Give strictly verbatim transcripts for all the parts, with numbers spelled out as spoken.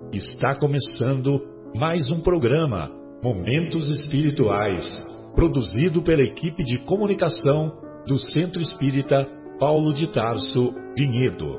Está começando mais um programa, Momentos Espirituais, produzido pela equipe de comunicação do Centro Espírita Paulo de Tarso, Vinhedo.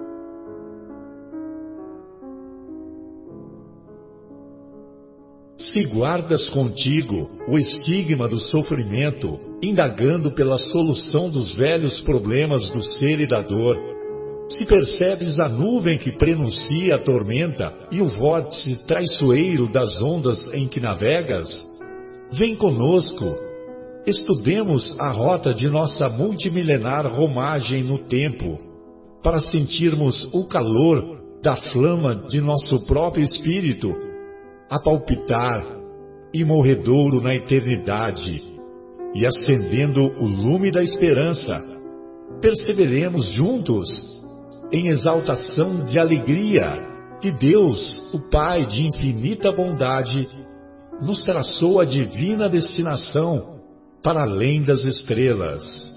Se guardas contigo o estigma do sofrimento, indagando pela solução dos velhos problemas do ser e da dor, se percebes a nuvem que prenuncia a tormenta e o vórtice traiçoeiro das ondas em que navegas, vem conosco, estudemos a rota de nossa multimilenar romagem no tempo, para sentirmos o calor da flama de nosso próprio espírito, a palpitar, imorredouro na eternidade, e acendendo o lume da esperança, perceberemos juntos, em exaltação de alegria, que Deus, o Pai de infinita bondade, nos traçou a divina destinação para além das estrelas.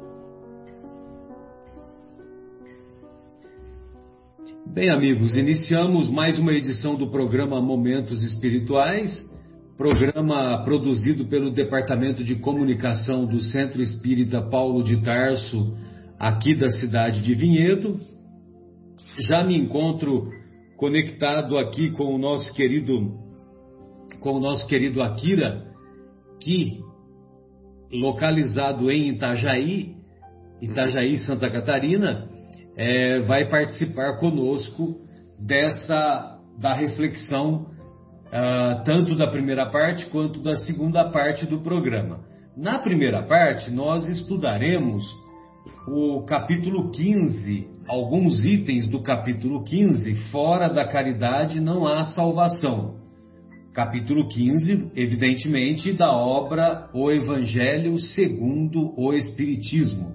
Bem, amigos, iniciamos mais uma edição do programa Momentos Espirituais, programa produzido pelo Departamento de Comunicação do Centro Espírita Paulo de Tarso, aqui da cidade de Vinhedo. Já me encontro conectado aqui com o nosso querido, com o nosso querido Akira, que, localizado em Itajaí, Itajaí, Santa Catarina, É, vai participar conosco dessa, da reflexão, uh, tanto da primeira parte quanto da segunda parte do programa. Na primeira parte, nós estudaremos o capítulo quinze, alguns itens do capítulo quinze, fora da caridade não há salvação. Capítulo quinze, evidentemente, da obra O Evangelho segundo o Espiritismo.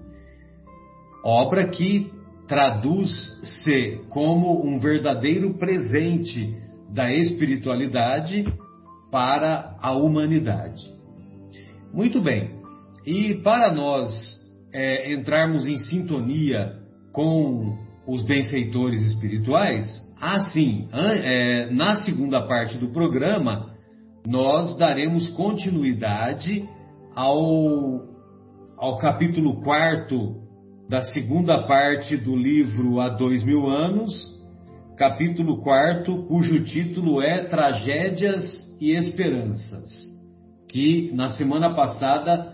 Obra que traduz-se como um verdadeiro presente da espiritualidade para a humanidade. Muito bem, e para nós é, entrarmos em sintonia com os benfeitores espirituais, assim, é, na segunda parte do programa, nós daremos continuidade ao, ao capítulo quarto da segunda parte do livro Há Dois Mil Anos, capítulo quarto, cujo título é Tragédias e Esperanças, que na semana passada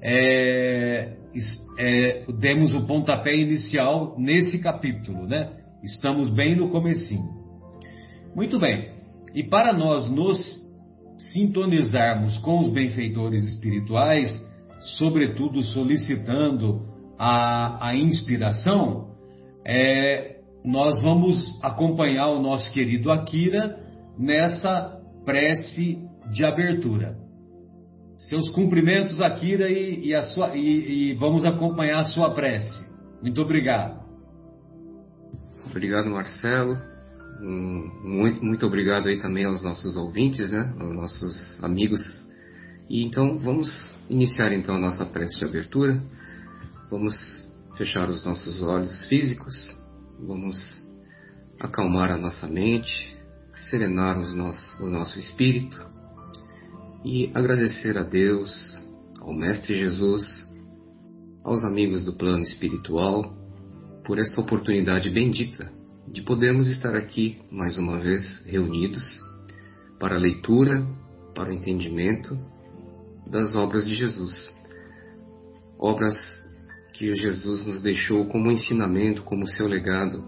é, é, demos o pontapé inicial nesse capítulo, né? Estamos bem no comecinho. Muito bem, e para nós nos sintonizarmos com os benfeitores espirituais, sobretudo solicitando A, a inspiração, é, nós vamos acompanhar o nosso querido Akira nessa prece de abertura. Seus cumprimentos, Akira, e, e, a sua, e, e vamos acompanhar a sua prece. Muito obrigado. Obrigado, Marcelo. Muito, muito obrigado aí também aos nossos ouvintes, né? Aos nossos amigos. E então vamos iniciar então a nossa prece de abertura. Vamos fechar os nossos olhos físicos, vamos acalmar a nossa mente, serenar os nosso, o nosso espírito e agradecer a Deus, ao Mestre Jesus, aos amigos do plano espiritual, por esta oportunidade bendita de podermos estar aqui mais uma vez reunidos para a leitura, para o entendimento das obras de Jesus. Obras que Jesus nos deixou como ensinamento, como seu legado,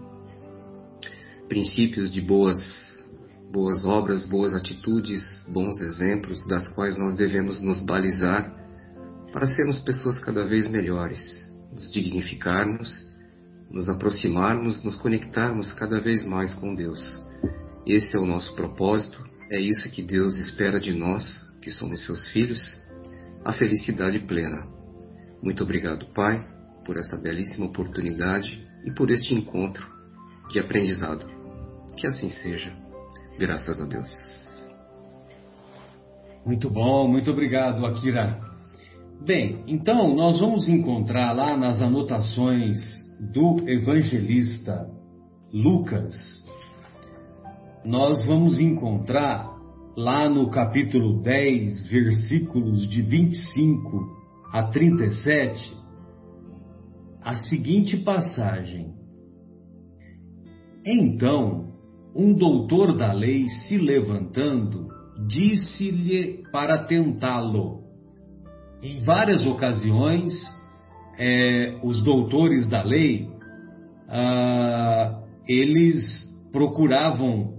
princípios de boas, boas obras, boas atitudes, bons exemplos, das quais nós devemos nos balizar para sermos pessoas cada vez melhores, nos dignificarmos, nos aproximarmos, nos conectarmos cada vez mais com Deus. Esse é o nosso propósito, é isso que Deus espera de nós, que somos seus filhos, a felicidade plena. Muito obrigado, Pai, por esta belíssima oportunidade e por este encontro de aprendizado. Que assim seja, graças a Deus. Muito bom, muito obrigado, Akira. Bem, então nós vamos encontrar lá nas anotações do evangelista Lucas, nós vamos encontrar lá no capítulo dez, versículos de vinte e cinco a trinta e sete, a seguinte passagem: Então, um doutor da lei, se levantando, disse-lhe para tentá-lo. Em várias ocasiões, é, os doutores da lei, ah, eles procuravam,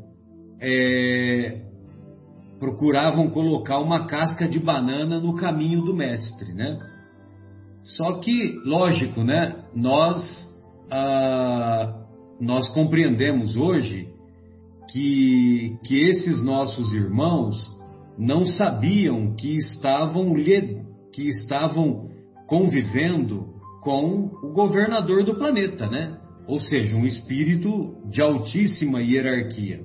é, procuravam colocar uma casca de banana no caminho do mestre, né? Só que, lógico, né? Nós, ah, nós compreendemos hoje que, que esses nossos irmãos não sabiam que estavam, que estavam convivendo com o governador do planeta, né? Ou seja, um espírito de altíssima hierarquia.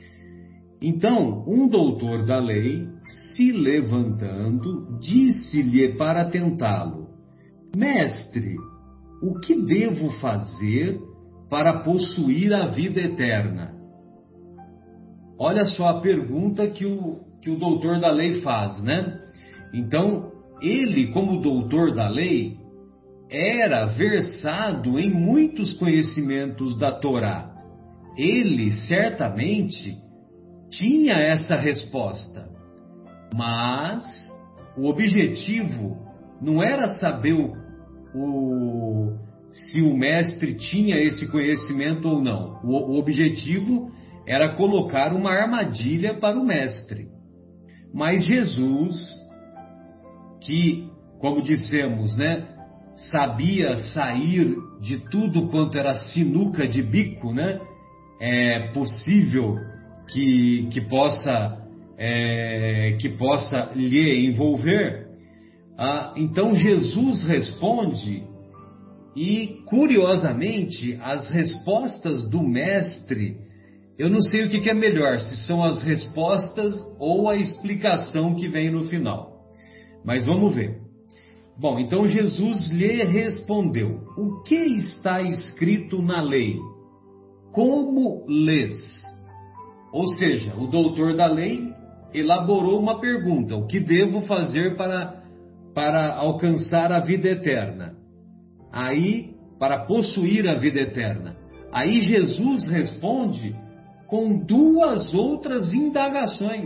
Então, um doutor da lei, se levantando, disse-lhe para tentá-lo: Mestre, o que devo fazer para possuir a vida eterna? Olha só a pergunta que o, que o doutor da lei faz, né? Então, ele, como doutor da lei, era versado em muitos conhecimentos da Torá. Ele, certamente, tinha essa resposta. Mas o objetivo não era saber o, o, se o mestre tinha esse conhecimento ou não. O, o objetivo era colocar uma armadilha para o mestre. Mas Jesus, que, como dissemos, né, sabia sair de tudo quanto era sinuca de bico, né, é possível que, que, possa, é, que possa lhe envolver. Ah, então Jesus responde, e curiosamente as respostas do mestre, eu não sei o que é melhor, se são as respostas ou a explicação que vem no final. Mas vamos ver. Bom, então Jesus lhe respondeu: O que está escrito na lei? Como lês? Ou seja, o doutor da lei elaborou uma pergunta: o que devo fazer para, para alcançar a vida eterna? Aí, para possuir a vida eterna. Aí Jesus responde com duas outras indagações.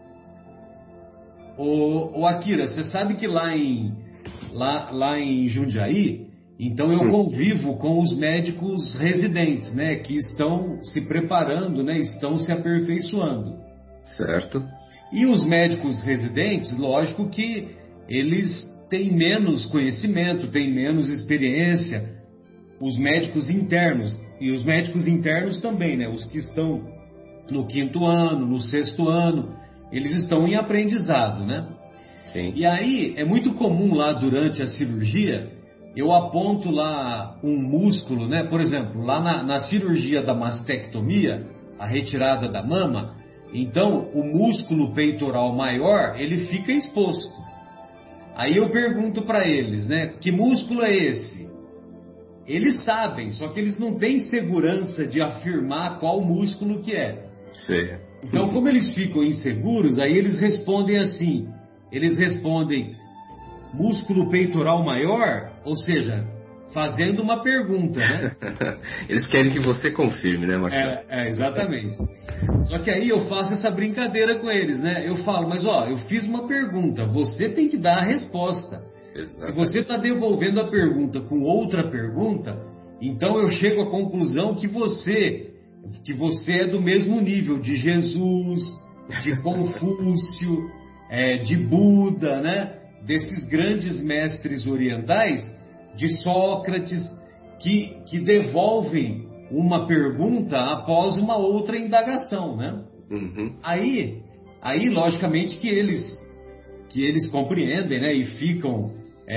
Ô, ô Akira, você sabe que lá em, lá, lá em Jundiaí, então eu convivo com os médicos residentes, né, que estão se preparando, né, estão se aperfeiçoando. Certo. E os médicos residentes, lógico que eles têm menos conhecimento, têm menos experiência. Os médicos internos, e os médicos internos também, né, os que estão no quinto ano, no sexto ano, eles estão em aprendizado, né? Sim. E aí é muito comum lá durante a cirurgia, eu aponto lá um músculo, né? Por exemplo, lá na, na cirurgia da mastectomia, a retirada da mama, então o músculo peitoral maior, ele fica exposto. Aí eu pergunto para eles, né? Que músculo é esse? Eles sabem, só que eles não têm segurança de afirmar qual músculo que é. Sim. Então, como eles ficam inseguros, aí eles respondem assim, eles respondem músculo peitoral maior, ou seja, fazendo uma pergunta, né? Eles querem que você confirme, né, Marcelo? É, é, exatamente. Só que aí eu faço essa brincadeira com eles, né? Eu falo, mas ó, eu fiz uma pergunta, você tem que dar a resposta. Exatamente. Se você está devolvendo a pergunta com outra pergunta, então eu chego à conclusão que você, que você é do mesmo nível de Jesus, de Confúcio, é, de Buda, né? Desses grandes mestres orientais, de Sócrates, que, que devolvem uma pergunta após uma outra indagação, né? Uhum. Aí, aí, logicamente, que eles, que eles compreendem, né? E ficam,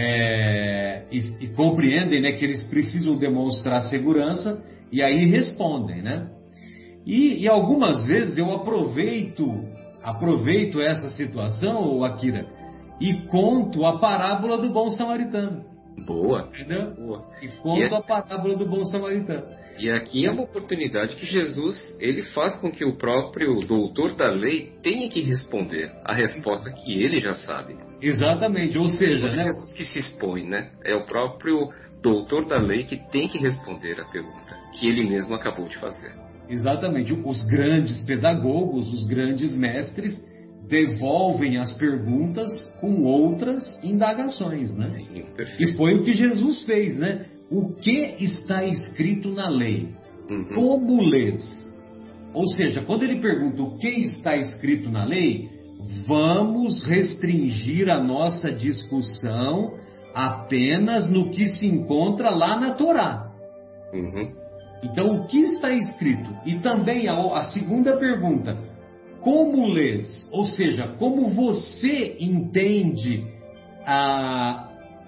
é, e, e compreendem, né? Que eles precisam demonstrar segurança e aí respondem, né? E, e algumas vezes eu aproveito, aproveito essa situação, Akira, e conto a parábola do bom samaritano. Boa. Entendeu? Boa. E conto E é- a parábola do bom samaritano. E aqui é uma oportunidade que Jesus, ele faz com que o próprio doutor da lei tenha que responder a resposta que ele já sabe. Exatamente, ou seja, é né? Jesus que se expõe, né? É o próprio doutor da lei que tem que responder a pergunta que ele mesmo acabou de fazer. Exatamente, os grandes pedagogos, os grandes mestres devolvem as perguntas com outras indagações, né? Sim, perfeito. E foi o que Jesus fez, né? O que está escrito na lei? Uhum. Como lês? Ou seja, quando ele pergunta o que está escrito na lei, vamos restringir a nossa discussão apenas no que se encontra lá na Torá. Uhum. Então, o que está escrito? E também a, a segunda pergunta, como lês? Ou seja, como você entende a,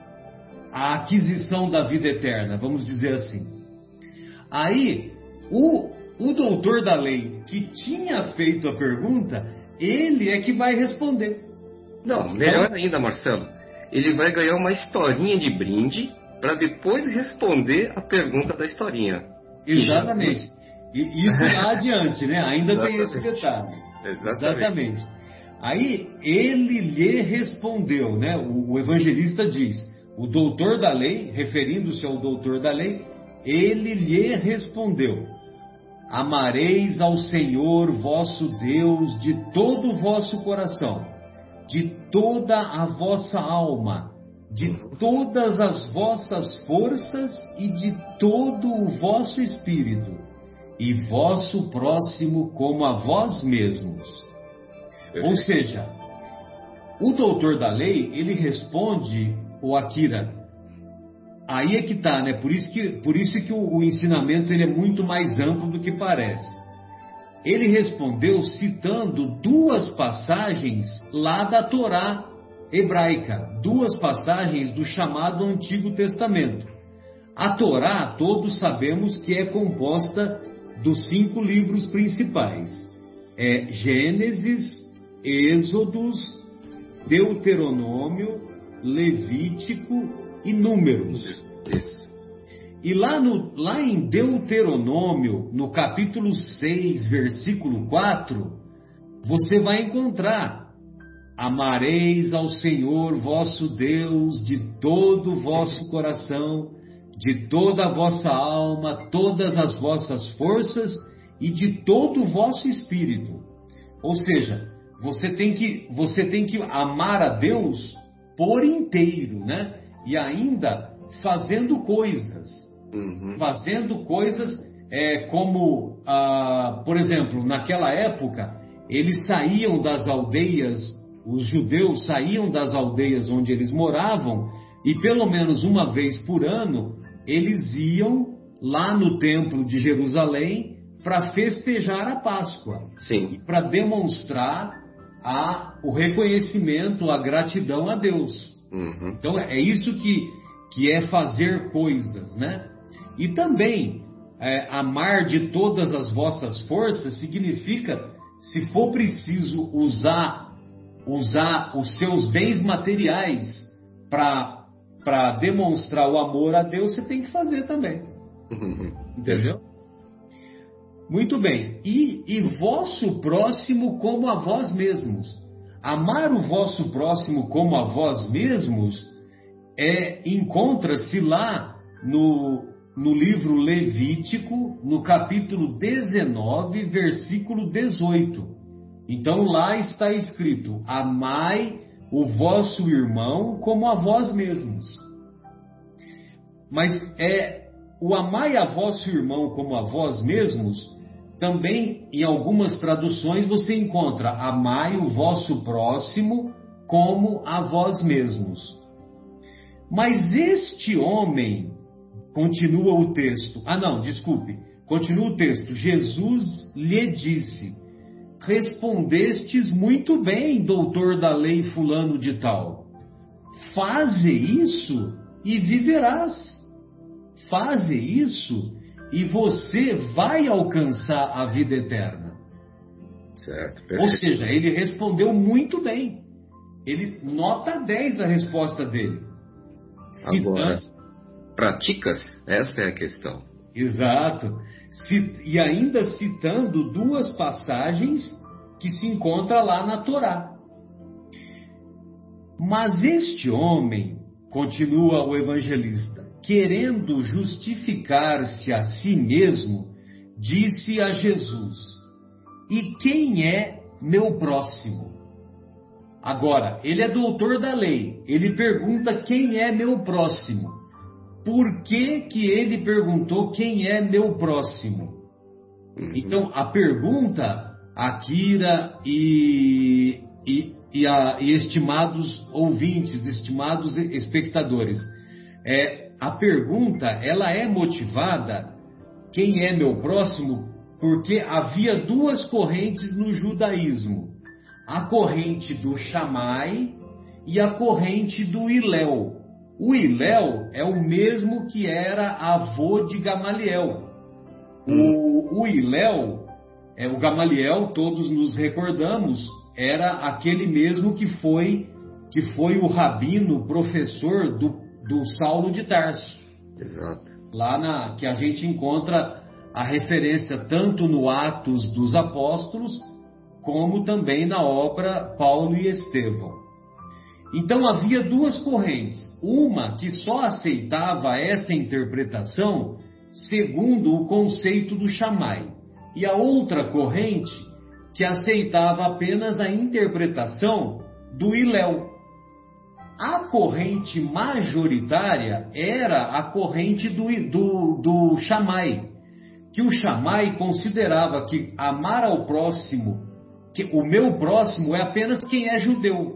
a aquisição da vida eterna, vamos dizer assim. Aí, o, o doutor da lei que tinha feito a pergunta, ele é que vai responder. Não, melhor ainda, Marcelo, ele vai ganhar uma historinha de brinde para depois responder a pergunta da historinha. Exatamente. E isso lá adiante, né? Ainda tem esse detalhe. Exatamente. Exatamente. Aí ele lhe respondeu, né? O, o evangelista diz, o doutor da lei, referindo-se ao doutor da lei, ele lhe respondeu: amareis ao Senhor vosso Deus de todo o vosso coração, de toda a vossa alma, de todas as vossas forças e de todo o vosso espírito, e vosso próximo como a vós mesmos. Perfeito. Ou seja, o doutor da lei, ele responde, o Akira, aí é que tá, né? Por isso que, por isso que o, o ensinamento ele é muito mais amplo do que parece. Ele respondeu citando duas passagens lá da Torá hebraica, duas passagens do chamado Antigo Testamento. A Torá, todos sabemos que é composta dos cinco livros principais. É Gênesis, Êxodos, Deuteronômio, Levítico e Números. E lá, no, lá em Deuteronômio, no capítulo seis, versículo quatro, você vai encontrar: amareis ao Senhor vosso Deus de todo o vosso coração, de toda a vossa alma, todas as vossas forças e de todo o vosso espírito. Ou seja, você tem que, você tem que amar a Deus por inteiro, né? E ainda fazendo coisas. Uhum. Fazendo coisas é, como, ah, por exemplo, naquela época, eles saíam das aldeias, os judeus saíam das aldeias onde eles moravam e pelo menos uma vez por ano eles iam lá no templo de Jerusalém para festejar a Páscoa. Sim. Para demonstrar a, o reconhecimento, a gratidão a Deus. Uhum. Então é isso que, que é fazer coisas, né? E também é, amar de todas as vossas forças significa, se for preciso usar, usar os seus bens materiais para para demonstrar o amor a Deus, você tem que fazer também. Uhum. Entendeu? Muito bem. E, e vosso próximo como a vós mesmos. Amar o vosso próximo como a vós mesmos é, encontra-se lá no, no livro Levítico, no capítulo dezenove, versículo dezoito. Então lá está escrito: amai o vosso irmão como a vós mesmos. Mas é o amai a vosso irmão como a vós mesmos, também em algumas traduções você encontra amai o vosso próximo como a vós mesmos. Mas este homem, continua o texto, ah não, desculpe, continua o texto, Jesus lhe disse: respondestes muito bem, doutor da lei fulano de tal. Faze isso e viverás. Faze isso e você vai alcançar a vida eterna. Certo, perfeito. Ou seja, ele respondeu muito bem. Ele nota dez a resposta dele. Agora, praticas? Essa é a questão. exato. E ainda citando duas passagens que se encontram lá na Torá. Mas este homem, continua o evangelista, querendo justificar-se a si mesmo, disse a Jesus: e quem é meu próximo? Agora, ele é doutor da lei, ele pergunta quem é meu próximo. Por que que ele perguntou quem é meu próximo? Uhum. Então, a pergunta, Akira e, e, e, a, e estimados ouvintes, estimados espectadores, é, a pergunta, ela é motivada, quem é meu próximo? Porque havia duas correntes no judaísmo. A corrente do Shammai e a corrente do Hilel. O Hilel é o mesmo que era avô de Gamaliel. O, o Hilel, é, o Gamaliel, todos nos recordamos, era aquele mesmo que foi, que foi o rabino, professor do, do Saulo de Tarso. Exato. Lá na, que a gente encontra a referência tanto no Atos dos Apóstolos, como também na obra Paulo e Estevão. Então havia duas correntes, uma que só aceitava essa interpretação segundo o conceito do Shammai, e a outra corrente que aceitava apenas a interpretação do Hilel. A corrente majoritária era a corrente do, do, do Shammai, que o Shammai considerava que amar ao próximo, que o meu próximo é apenas quem é judeu.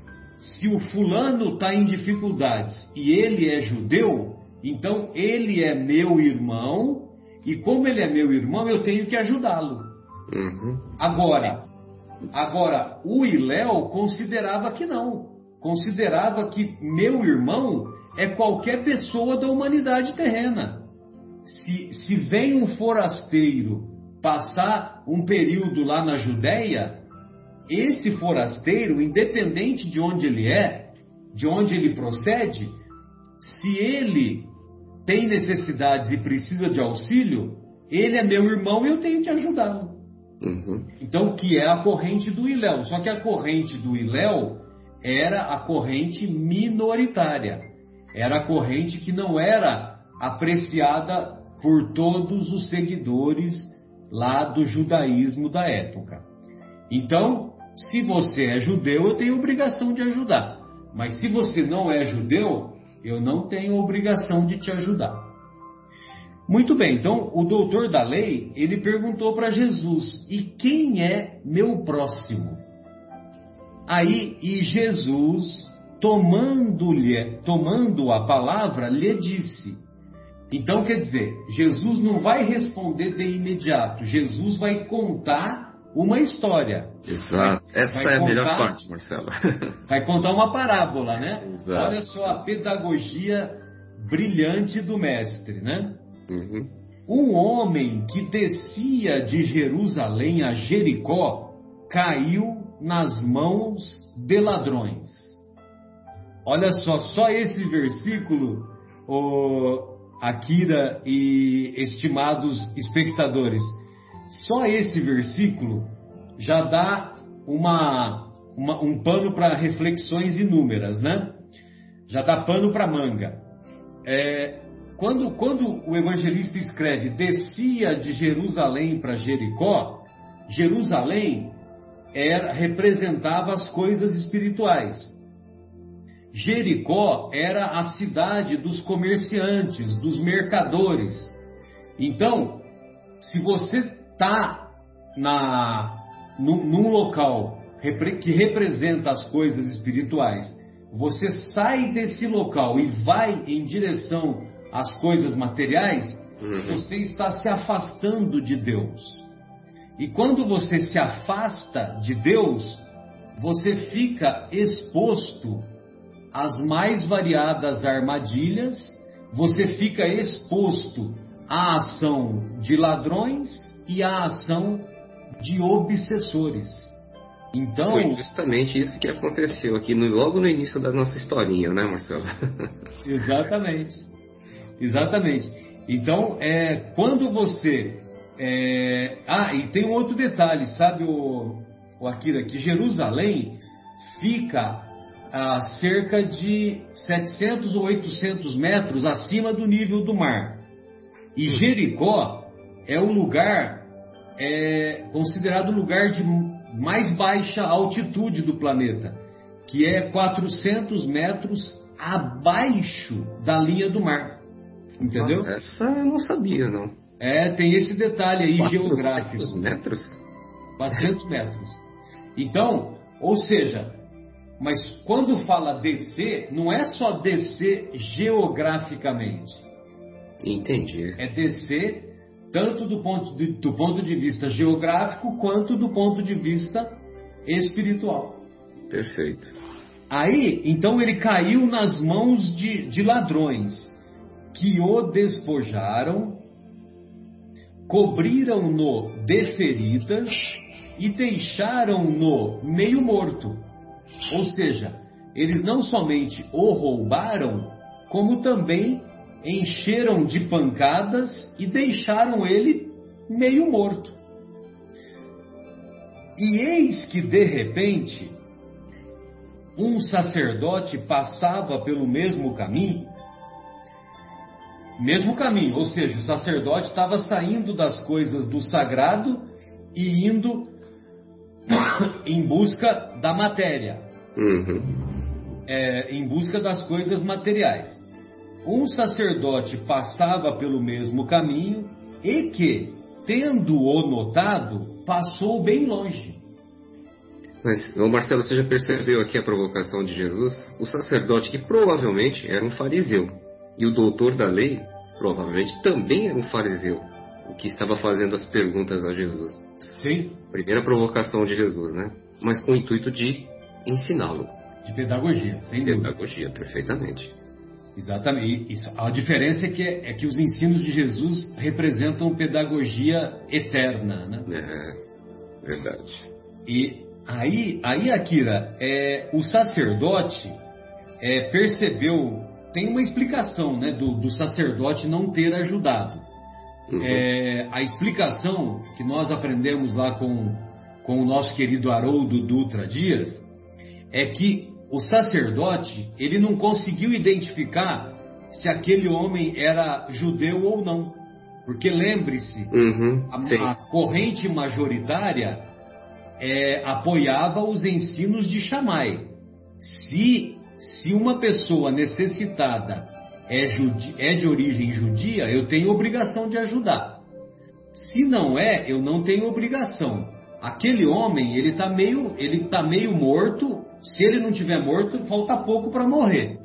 Se o fulano está em dificuldades e ele é judeu, então ele é meu irmão, e como ele é meu irmão, eu tenho que ajudá-lo. Uhum. Agora, agora, o Hilel considerava que não. Considerava que meu irmão é qualquer pessoa da humanidade terrena. Se, se vem um forasteiro passar um período lá na Judéia, esse forasteiro, independente de onde ele é, de onde ele procede, se ele tem necessidades e precisa de auxílio, ele é meu irmão e eu tenho que ajudá-lo. Uhum. Então, que é a corrente do Hilel. Só que a corrente do Hilel era a corrente minoritária. Era a corrente que não era apreciada por todos os seguidores lá do judaísmo da época. Então, se você é judeu, eu tenho obrigação de ajudar. Mas se você não é judeu, eu não tenho obrigação de te ajudar. Muito bem, então o doutor da lei, ele perguntou para Jesus: e quem é meu próximo? Aí, e Jesus, tomando-lhe, tomando a palavra, lhe disse. Então, quer dizer, Jesus não vai responder de imediato, Jesus vai contar uma história. Exato. Essa vai é contar, a melhor parte, Marcelo. Vai contar uma parábola, né? Exato. Olha só a pedagogia brilhante do mestre, né? Uhum. Um homem que descia de Jerusalém a Jericó caiu nas mãos de ladrões. Olha só, só esse versículo, oh, Akira e estimados espectadores, só esse versículo já dá uma, uma, um pano para reflexões inúmeras, né? Já dá pano para manga. É, quando, quando o evangelista escreve descia de Jerusalém para Jericó, Jerusalém era, representava as coisas espirituais. Jericó era a cidade dos comerciantes, dos mercadores. Então, se você está num, num local que representa as coisas espirituais, você sai desse local e vai em direção às coisas materiais, uhum. Você está se afastando de Deus. E quando você se afasta de Deus, você fica exposto às mais variadas armadilhas, você fica exposto à ação de ladrões e à ação de obsessores. Então, foi justamente isso que aconteceu aqui no, logo no início da nossa historinha, né, Marcelo? Exatamente. Exatamente. Então, é, quando você... É, ah, e tem um outro detalhe, sabe, o, o Akira, que Jerusalém fica a cerca de setecentos ou oitocentos metros acima do nível do mar. E Jericó é o lugar, é, considerado o lugar de mais baixa altitude do planeta, que é quatrocentos metros abaixo da linha do mar. Entendeu? Nossa, essa eu não sabia, não. É, tem esse detalhe aí geográfico. quatrocentos metros? quatrocentos metros. Então, ou seja, mas quando fala descer, não é só descer geograficamente. Entendi. É descer tanto do ponto de, do ponto de vista geográfico quanto do ponto de vista espiritual. Perfeito. Aí, então ele caiu nas mãos de, de ladrões que o despojaram, cobriram-no de feridas e deixaram-no meio morto. Ou seja, eles não somente o roubaram, como também encheram de pancadas e deixaram ele meio morto. E eis que, de repente, um sacerdote passava pelo mesmo caminho, mesmo caminho, ou seja, o sacerdote estava saindo das coisas do sagrado e indo em busca da matéria, Uhum. é, em busca das coisas materiais. Um sacerdote passava pelo mesmo caminho e que, tendo-o notado, passou bem longe. Mas, ô Marcelo, você já percebeu aqui a provocação de Jesus? O sacerdote, que provavelmente era um fariseu, e o doutor da lei, provavelmente também era um fariseu, o que estava fazendo as perguntas a Jesus. Sim. Primeira provocação de Jesus, né? Mas com o intuito de ensiná-lo. De pedagogia, sem dúvida. Pedagogia, perfeitamente. Exatamente. Isso. A diferença é que, é que os ensinos de Jesus representam pedagogia eterna, né? É, verdade. E aí, aí Akira, é, o sacerdote é, percebeu, tem uma explicação, né, do, do sacerdote não ter ajudado. Uhum. É, a explicação que nós aprendemos lá com, com o nosso querido Haroldo Dutra Dias é que o sacerdote, ele não conseguiu identificar se aquele homem era judeu ou não. Porque lembre-se, Uhum, a, a corrente majoritária é, apoiava os ensinos de Shammai. Se, se uma pessoa necessitada é, judi, é de origem judia, eu tenho obrigação de ajudar. Se não é, eu não tenho obrigação. Aquele homem, ele está meio, ele tá meio morto. Se ele não tiver morto, falta pouco para morrer.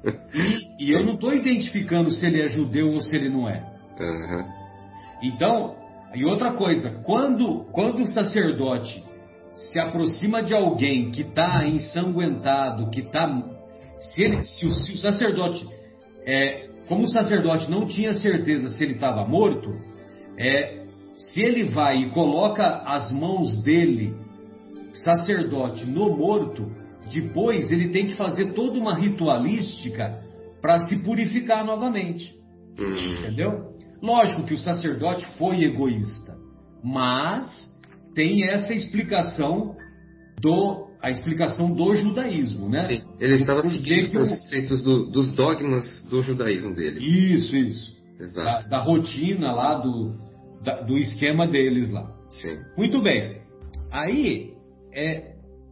E, e eu não estou identificando se ele é judeu ou se ele não é. Uhum. Então, e outra coisa, quando, quando o sacerdote se aproxima de alguém que está ensanguentado, que está... Se, ele, se, o, se o sacerdote... É, como o sacerdote não tinha certeza se ele estava morto, é, se ele vai e coloca as mãos dele, sacerdote, no morto, depois ele tem que fazer toda uma ritualística para se purificar novamente. Uhum. Entendeu? Lógico que o sacerdote foi egoísta, mas tem essa explicação do, a explicação do judaísmo, né? Sim, ele estava Por seguindo os que que o- conceitos do- dos dogmas do judaísmo dele. Isso, isso. Da, Exato. da rotina lá, do, da- do esquema deles lá. Sim. Muito bem. Aí, é,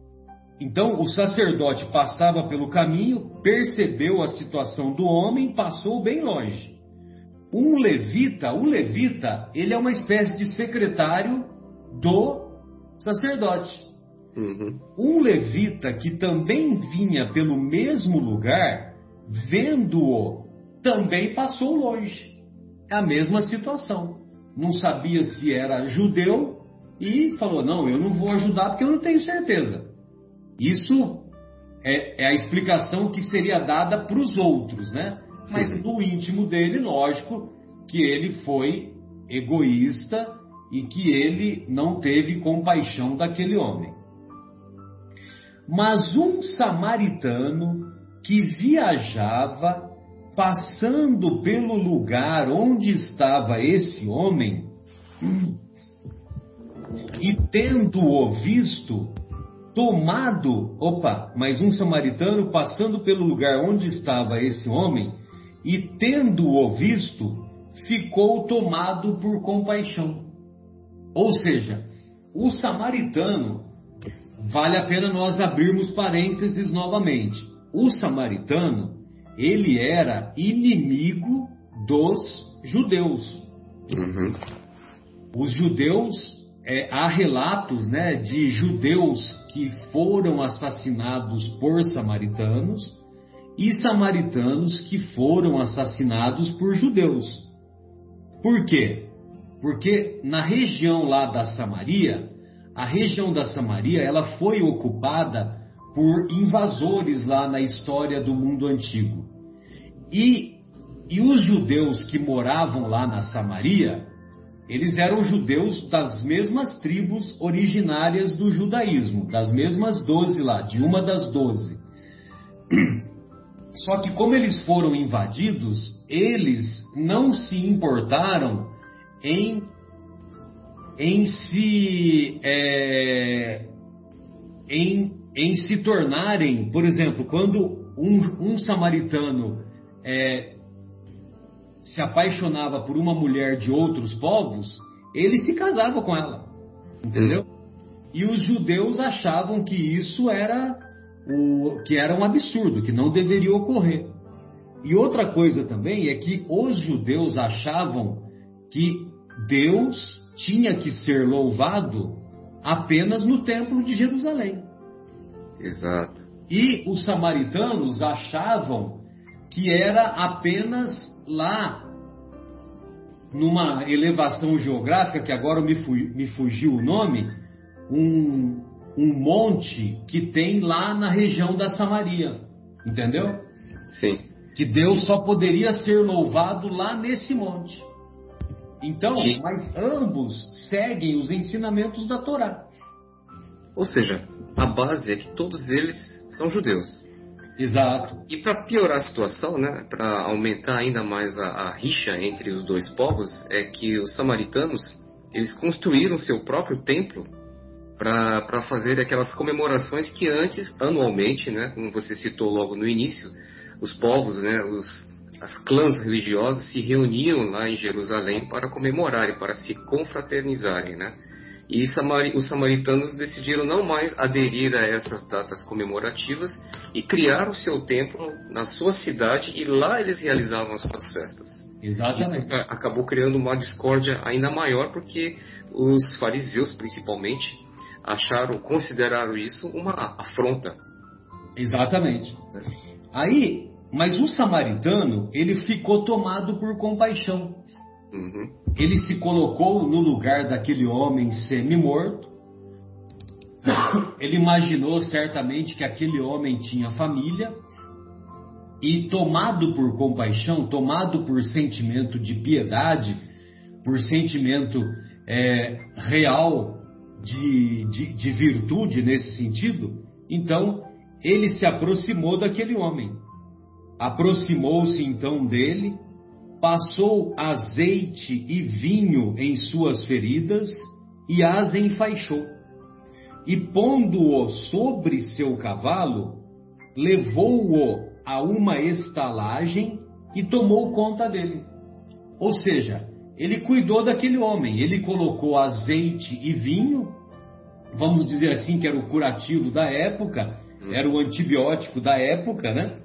então o sacerdote passava pelo caminho, percebeu a situação do homem, passou bem longe. Um levita, o levita, ele é uma espécie de secretário do sacerdote. Uhum. Um levita que também vinha pelo mesmo lugar, vendo-o, também passou longe. É a mesma situação. Não sabia se era judeu e falou, não, eu não vou ajudar porque eu não tenho certeza. Isso é, é a explicação que seria dada para os outros, né? Mas no íntimo dele, lógico, que ele foi egoísta e que ele não teve compaixão daquele homem. Mas um samaritano que viajava passando pelo lugar onde estava esse homem, e tendo-o visto, tomado, opa, mais um samaritano passando pelo lugar onde estava esse homem, e tendo-o visto, ficou tomado por compaixão. Ou seja, o samaritano, vale a pena nós abrirmos parênteses novamente. O samaritano, ele era inimigo dos judeus. Uhum. Os judeus, é, há relatos, né, de judeus que foram assassinados por samaritanos e samaritanos que foram assassinados por judeus. Por quê? Porque na região lá da Samaria, a região da Samaria, ela foi ocupada por invasores lá na história do mundo antigo. E, e os judeus que moravam lá na Samaria, eles eram judeus das mesmas tribos originárias do judaísmo, das mesmas doze lá, de uma das doze. Só que como eles foram invadidos, eles não se importaram em, em se é, em, em se tornarem, por exemplo, quando um, um samaritano é, se apaixonava por uma mulher de outros povos, ele se casava com ela, entendeu? E os judeus achavam que isso era o, que era um absurdo, que não deveria ocorrer. E outra coisa também é que os judeus achavam que Deus tinha que ser louvado apenas no templo de Jerusalém. Exato. E os samaritanos achavam que era apenas lá, numa elevação geográfica, que agora me, fu- me fugiu o nome, um, um monte que tem lá na região da Samaria, entendeu? Sim. Que Deus só poderia ser louvado lá nesse monte. Então, Sim. mas ambos seguem os ensinamentos da Torá. Ou seja, a base é que todos eles são judeus. Exato. E para piorar a situação, né, para aumentar ainda mais a, a rixa entre os dois povos, é que os samaritanos, eles construíram seu próprio templo para fazer aquelas comemorações que antes, anualmente, né, como você citou logo no início, os povos, né, os, as clãs religiosas se reuniam lá em Jerusalém para comemorarem, para se confraternizarem, né? E os samaritanos decidiram não mais aderir a essas datas comemorativas e criaram o seu templo na sua cidade, e lá eles realizavam as suas festas. Exatamente. Isso acabou criando uma discórdia ainda maior, porque os fariseus, principalmente, acharam, consideraram isso uma afronta. Exatamente. Aí, mas o samaritano, ele ficou tomado por compaixão. Uhum. Ele se colocou no lugar daquele homem semi-morto. Ele imaginou certamente que aquele homem tinha família. E tomado por compaixão, tomado por sentimento de piedade, por sentimento é, real de, de, de virtude nesse sentido, então ele se aproximou daquele homem. Aproximou-se então dele, passou azeite e vinho em suas feridas e as enfaixou. E pondo-o sobre seu cavalo, levou-o a uma estalagem e tomou conta dele. Ou seja, ele cuidou daquele homem, ele colocou azeite e vinho, vamos dizer assim que era o curativo da época, era o antibiótico da época, né?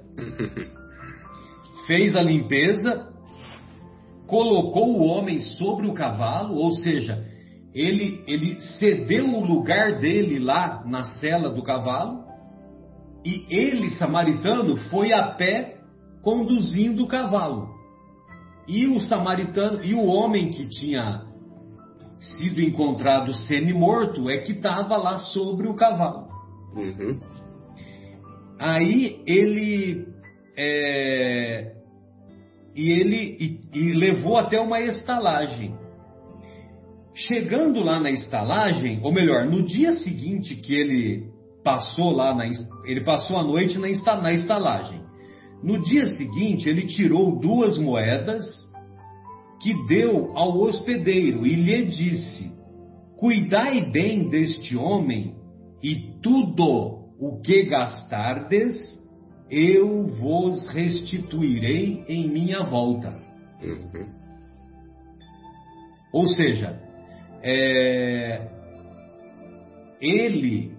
Fez a limpeza, colocou o homem sobre o cavalo, ou seja, ele, ele cedeu o lugar dele lá na sela do cavalo, e ele, samaritano, foi a pé conduzindo o cavalo. E o samaritano, e o homem que tinha sido encontrado semi-morto é que estava lá sobre o cavalo. Uhum. Aí ele é, e ele e, e levou até uma estalagem. Chegando lá na estalagem, ou melhor, no dia seguinte que ele passou lá na, ele passou a noite na, na estalagem. No dia seguinte, ele tirou duas moedas que deu ao hospedeiro e lhe disse: cuidai bem deste homem, e tudo o que gastardes, eu vos restituirei em minha volta. Uhum. Ou seja, é, ele,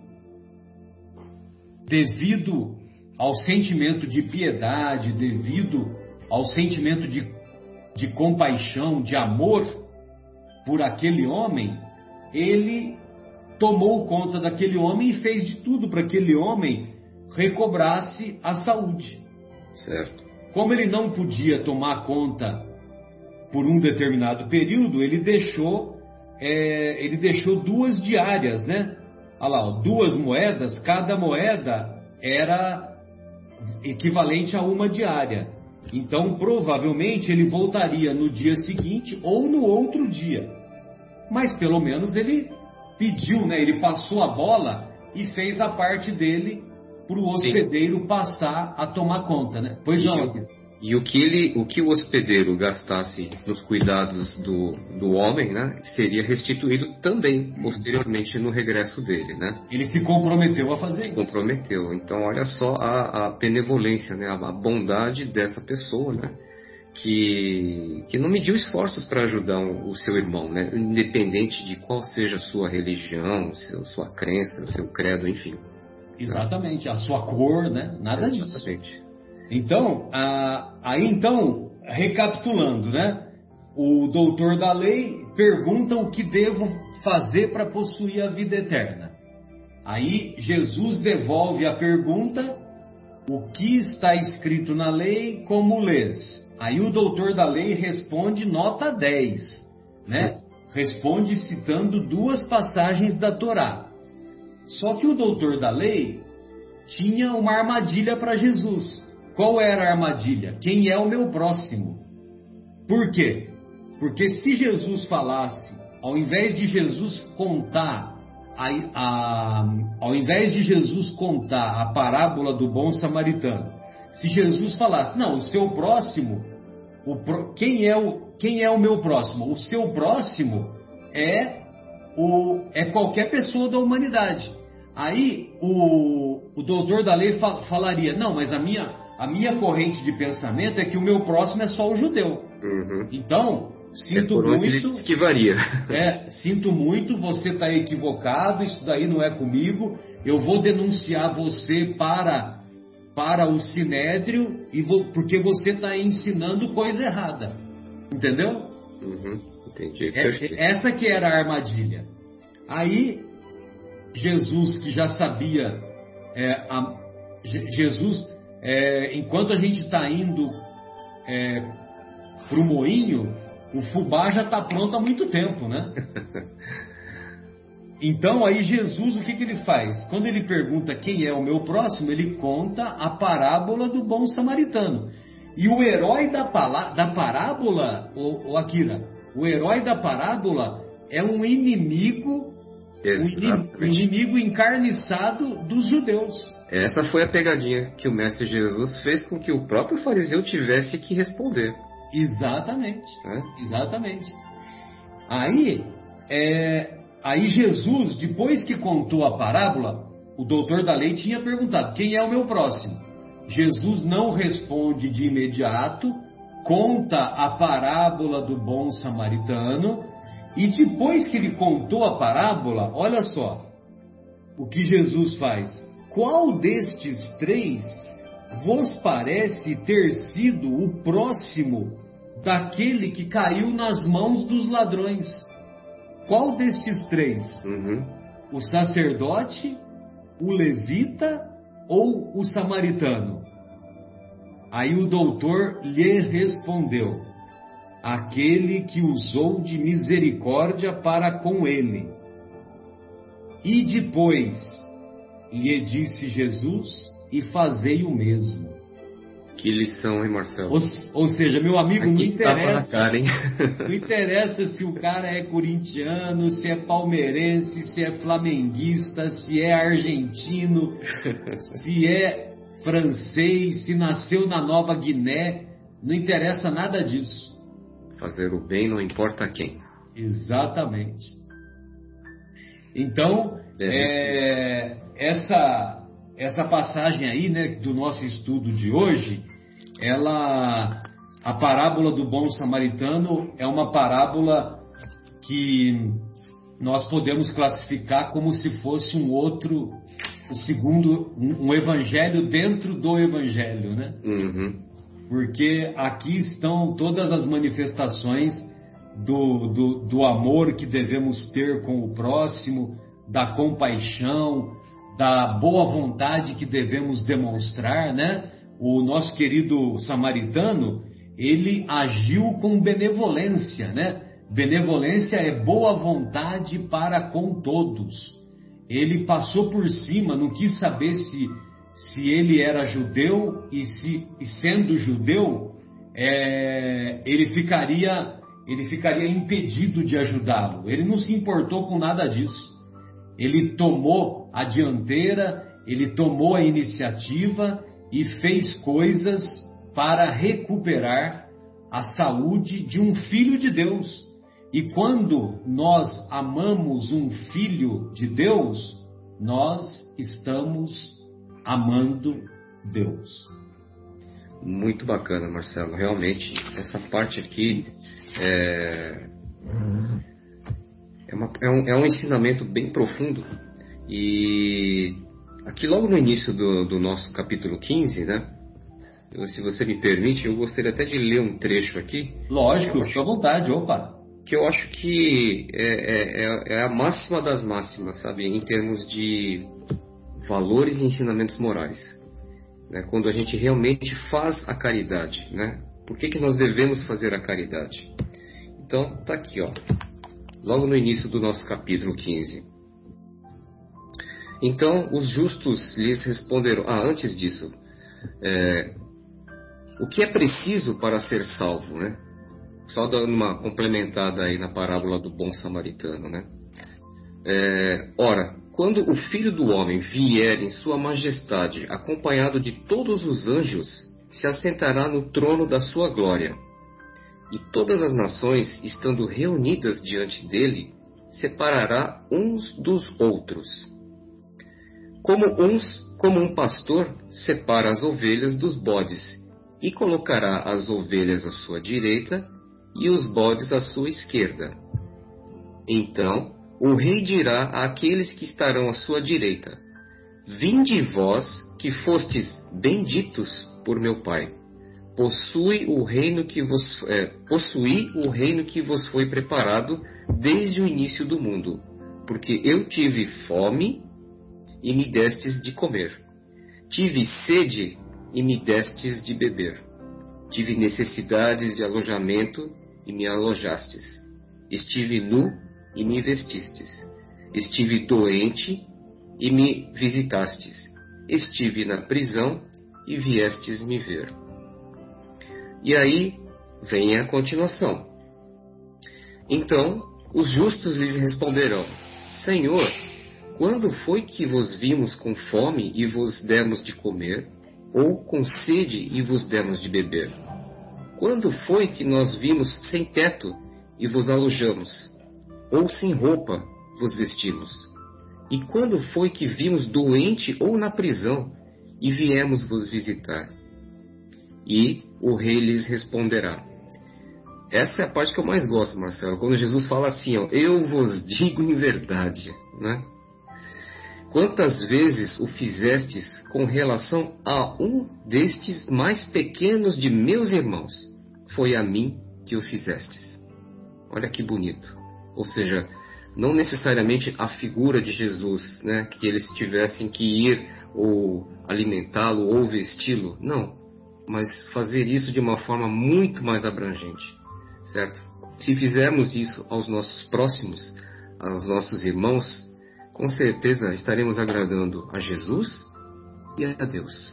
devido ao sentimento de piedade, devido ao sentimento de, de compaixão, de amor por aquele homem, ele tomou conta daquele homem e fez de tudo para que aquele homem recobrasse a saúde. Certo. Como ele não podia tomar conta por um determinado período, ele deixou, é, ele deixou duas diárias, né? Olha lá, ó, duas moedas, cada moeda era equivalente a uma diária. Então, provavelmente, ele voltaria no dia seguinte ou no outro dia. Mas, pelo menos, ele pediu, né? Ele passou a bola e fez a parte dele para o hospedeiro Sim. passar a tomar conta, né? Pois e não. O, e o que, ele, o que o hospedeiro gastasse nos cuidados do, do homem, né? Seria restituído também, posteriormente, no regresso dele, né? Ele se comprometeu a fazer se isso. Se comprometeu. Então, olha só a, a benevolência, né? A, a bondade dessa pessoa, né? Que, que não mediu esforços para ajudar o, o seu irmão, né? Independente de qual seja a sua religião, seu, sua crença, o seu credo, enfim. Exatamente, a sua cor, né? Nada Exatamente. disso. Então, a, aí então, recapitulando, né? O doutor da lei pergunta o que devo fazer para possuir a vida eterna. Aí Jesus devolve a pergunta: o que está escrito na lei, como lês? Aí o doutor da lei responde nota dez, né? Responde citando duas passagens da Torá. Só que o doutor da lei tinha uma armadilha para Jesus. Qual era a armadilha? Quem é o meu próximo? Por quê? Porque se Jesus falasse, ao invés de Jesus contar, a, a, ao invés de Jesus contar a parábola do bom samaritano, se Jesus falasse, não, o seu próximo, o, quem, é o, quem é o meu próximo? O seu próximo é, o, é qualquer pessoa da humanidade. Aí o, o doutor da lei fal, falaria, não, mas a minha, a minha corrente de pensamento é que o meu próximo é só o judeu. Uhum. Então, sinto é por onde muito. Ele se esquivaria. É, sinto muito, você está equivocado, isso daí não é comigo. Eu vou denunciar você para, para o Sinédrio, e vou, porque você está ensinando coisa errada. Entendeu? Uhum. Entendi. É, essa que era a armadilha. Aí, Jesus, que já sabia, é, a, Jesus, é, enquanto a gente está indo é, para o moinho, o fubá já está pronto há muito tempo, né? Então, aí Jesus, o que, que ele faz? Quando ele pergunta quem é o meu próximo, ele conta a parábola do bom samaritano. E o herói da, pala, da parábola, o, o Akira, o herói da parábola é um inimigo, um inimigo encarniçado dos judeus. Essa foi a pegadinha que o Mestre Jesus fez com que o próprio fariseu tivesse que responder. Exatamente, é? exatamente. Aí, é, aí Jesus, depois que contou a parábola, o doutor da lei tinha perguntado, quem é o meu próximo? Jesus não responde de imediato, conta a parábola do bom samaritano, e depois que ele contou a parábola, olha só, o que Jesus faz. Qual destes três vos parece ter sido o próximo daquele que caiu nas mãos dos ladrões? Qual destes três? Uhum. O sacerdote, o levita ou o samaritano? Aí o doutor lhe respondeu, aquele que usou de misericórdia para com ele. E depois lhe disse Jesus, e fazei o mesmo. Que lição, hein, Marcelo? Ou, ou seja, meu amigo, Aqui não interessa, cara, hein? não interessa se o cara é corintiano, se é palmeirense, se é flamenguista, se é argentino, se é francês, se nasceu na Nova Guiné, não interessa nada disso. Fazer o bem não importa a quem. Exatamente. Então, é, essa, essa passagem aí, né, do nosso estudo de hoje, ela, a parábola do bom samaritano é uma parábola que nós podemos classificar como se fosse um outro, o segundo, um, um evangelho dentro do evangelho, né? Uhum. Porque aqui estão todas as manifestações do, do, do amor que devemos ter com o próximo, da compaixão, da boa vontade que devemos demonstrar, né? O nosso querido samaritano, ele agiu com benevolência, né? Benevolência é boa vontade para com todos. Ele passou por cima, não quis saber se, se ele era judeu e, se, e sendo judeu, é, ele ficaria, ele ficaria impedido de ajudá-lo. Ele não se importou com nada disso. Ele tomou a dianteira, ele tomou a iniciativa e fez coisas para recuperar a saúde de um filho de Deus. E quando nós amamos um filho de Deus, nós estamos amando Deus. Muito bacana, Marcelo. Realmente, essa parte aqui é, é, uma, é, um, é um ensinamento bem profundo. E aqui logo no início do, do nosso capítulo quinze, né? Se você me permite, eu gostaria até de ler um trecho aqui. Lógico, fica à vontade, opa. Que eu acho que é, é, é a máxima das máximas, sabe? Em termos de valores e ensinamentos morais. Né? Quando a gente realmente faz a caridade, né? Por que que nós devemos fazer a caridade? Então, tá aqui, ó. Logo no início do nosso capítulo quinze. Então, os justos lhes responderam... Ah, antes disso... É, o que é preciso para ser salvo, né? Só dando uma complementada aí na parábola do bom samaritano, né? É, ora, quando o Filho do Homem vier em sua majestade, acompanhado de todos os anjos, se assentará no trono da sua glória. E todas as nações, estando reunidas diante dele, separará uns dos outros. Como, uns, como um pastor separa as ovelhas dos bodes, e colocará as ovelhas à sua direita e os bodes à sua esquerda. Então o rei dirá àqueles que estarão à sua direita: Vinde vós, que fostes benditos por meu Pai, possui o reino que vos, é, possuí o reino que vos foi preparado desde o início do mundo, porque eu tive fome e me destes de comer, tive sede e me destes de beber, tive necessidades de alojamento e me alojastes, estive nu e me vestistes, estive doente e me visitastes, estive na prisão e viestes me ver. E aí vem a continuação. Então os justos lhes responderão: Senhor, quando foi que vos vimos com fome e vos demos de comer, ou com sede e vos demos de beber? Quando foi que nós vimos sem teto e vos alojamos, ou sem roupa vos vestimos? E quando foi que vimos doente ou na prisão e viemos vos visitar? E o rei lhes responderá. Essa é a parte que eu mais gosto, Marcelo, quando Jesus fala assim, ó, eu vos digo em verdade, né? Quantas vezes o fizestes com relação a um destes mais pequenos de meus irmãos? Foi a mim que o fizestes. Olha que bonito. Ou seja, não necessariamente a figura de Jesus, né, que eles tivessem que ir ou alimentá-lo ou vesti-lo. Não, mas fazer isso de uma forma muito mais abrangente, certo? Se fizermos isso aos nossos próximos, aos nossos irmãos, com certeza estaremos agradando a Jesus e a Deus.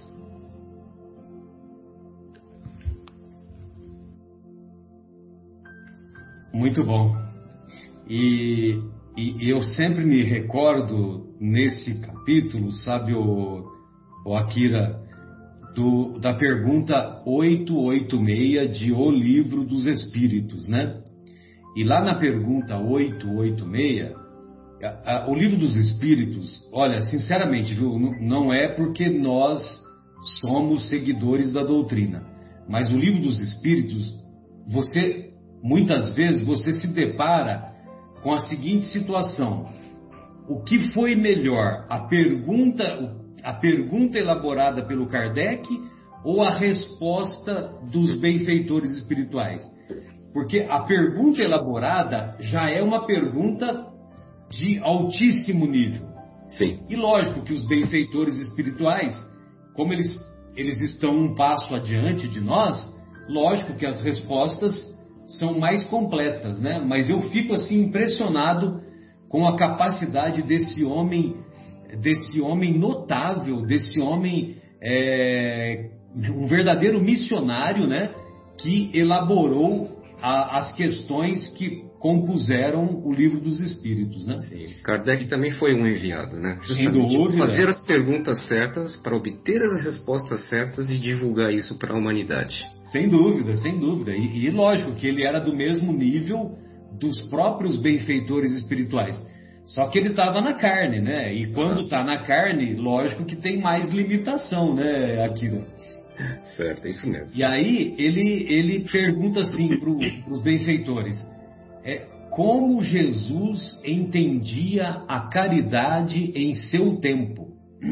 Muito bom. E, e eu sempre me recordo nesse capítulo, sabe, o, o Akira, do, da pergunta oitocentos e oitenta e seis de O Livro dos Espíritos, né? E lá na pergunta oitocentos e oitenta e seis, a, a, o Livro dos Espíritos, olha, sinceramente, viu, não é porque nós somos seguidores da doutrina, mas o Livro dos Espíritos, você, muitas vezes, você se depara com a seguinte situação: o que foi melhor, a pergunta, a pergunta elaborada pelo Kardec ou a resposta dos benfeitores espirituais? Porque a pergunta elaborada já é uma pergunta de altíssimo nível. Sim. E lógico que os benfeitores espirituais, como eles, eles estão um passo adiante de nós, lógico que as respostas são mais completas, né? Mas eu fico assim impressionado com a capacidade desse homem, desse homem notável, desse homem, é, um verdadeiro missionário, né? Que elaborou a, as questões que compuseram o Livro dos Espíritos, né? Sim. Kardec também foi um enviado, né? Sem dúvida. Fazer as perguntas certas para obter as respostas certas e divulgar isso para a humanidade. Sem dúvida, sem dúvida. E, e lógico que ele era do mesmo nível dos próprios benfeitores espirituais. Só que ele estava na carne, né? E quando está na carne, lógico que tem mais limitação, né, Akira? Certo, é isso mesmo. E aí ele, ele pergunta assim para os benfeitores: é, como Jesus entendia a caridade em seu tempo?